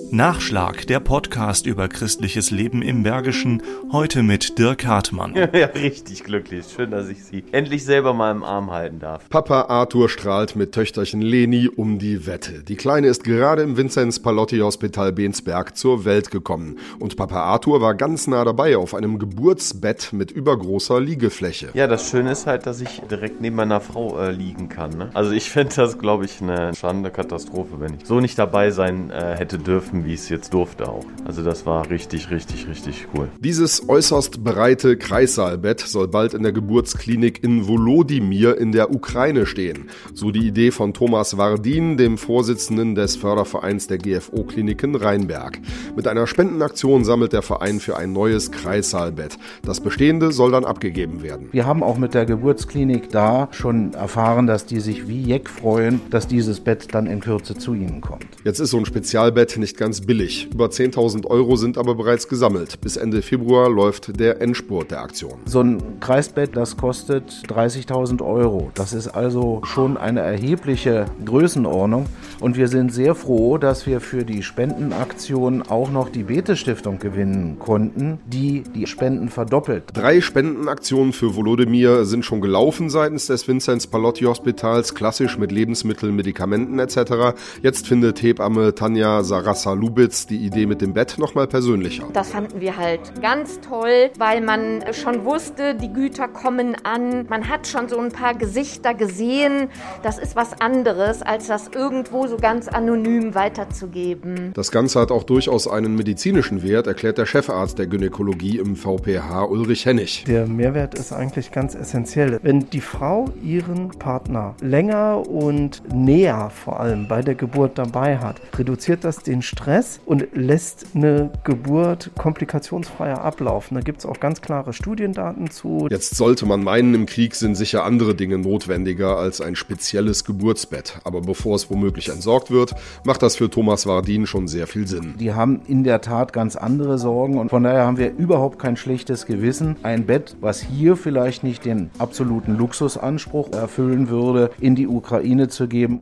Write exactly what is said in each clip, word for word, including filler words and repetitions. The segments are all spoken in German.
Nachschlag, der Podcast über christliches Leben im Bergischen, heute mit Dirk Hartmann. Ja, richtig glücklich. Schön, dass ich Sie endlich selber mal im Arm halten darf. Papa Arthur strahlt mit Töchterchen Leni um die Wette. Die Kleine ist gerade im Vinzenz-Pallotti-Hospital Bensberg zur Welt gekommen. Und Papa Arthur war ganz nah dabei auf einem Geburtsbett mit übergroßer Liegefläche. Ja, das Schöne ist halt, dass ich direkt neben meiner Frau äh, liegen kann. Ne? Also ich fände das, glaube ich, eine Schande, Katastrophe, wenn ich so nicht dabei sein äh, hätte dürfen, wie es jetzt durfte auch. Also das war richtig, richtig, richtig cool. Dieses äußerst breite Kreissaalbett soll bald in der Geburtsklinik in Volodymyr in der Ukraine stehen. So die Idee von Thomas Wardin, dem Vorsitzenden des Fördervereins der G F O-Kliniken Rheinberg. Mit einer Spendenaktion sammelt der Verein für ein neues Kreissaalbett. Das bestehende soll dann abgegeben werden. Wir haben auch mit der Geburtsklinik da schon erfahren, dass die sich wie Jeck freuen, dass dieses Bett dann in Kürze zu ihnen kommt. Jetzt ist so ein Spezialbett nicht ganz billig. Über zehntausend Euro sind aber bereits gesammelt. Bis Ende Februar läuft der Endspurt der Aktion. So ein Kreisbett, das kostet dreißigtausend Euro. Das ist also schon eine erhebliche Größenordnung. Und wir sind sehr froh, dass wir für die Spendenaktion auch noch die Bethel-Stiftung gewinnen konnten, die die Spenden verdoppelt. Drei Spendenaktionen für Volodymyr sind schon gelaufen seitens des Vinzenz-Pallotti-Hospitals, klassisch mit Lebensmitteln, Medikamenten et cetera. Jetzt findet Hebamme Tanja Sarassa-Lubitz die Idee mit dem Bett nochmal persönlicher. Das fanden wir halt ganz toll, weil man schon wusste, die Güter kommen an. Man hat schon so ein paar Gesichter gesehen. Das ist was anderes, als das irgendwo so ganz anonym weiterzugeben. Das Ganze hat auch durchaus einen medizinischen Wert, erklärt der Chefarzt der Gynäkologie im V P H, Ulrich Hennig. Der Mehrwert ist eigentlich ganz essentiell. Wenn die Frau ihren Partner länger und näher vor allem bei der Geburt dabei hat, reduziert das den Stress und lässt eine Geburt komplikationsfreier ablaufen. Da gibt es auch ganz klare Studiendaten zu. Jetzt sollte man meinen, im Krieg sind sicher andere Dinge notwendiger als ein spezielles Geburtsbett. Aber bevor es womöglich entsorgt wird, macht das für Thomas Wardin schon sehr viel Sinn. Die haben in der Tat ganz andere Sorgen und von daher haben wir überhaupt kein schlechtes Gewissen. Ein Bett, was hier vielleicht nicht den absoluten Luxusanspruch erfüllen würde, in die Ukraine zu geben.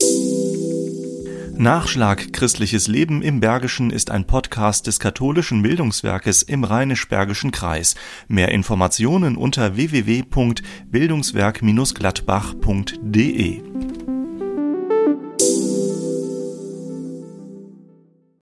Nachschlag Christliches Leben im Bergischen ist ein Podcast des katholischen Bildungswerkes im Rheinisch-Bergischen Kreis. Mehr Informationen unter w w w punkt bildungswerk Bindestrich gladbach punkt d e.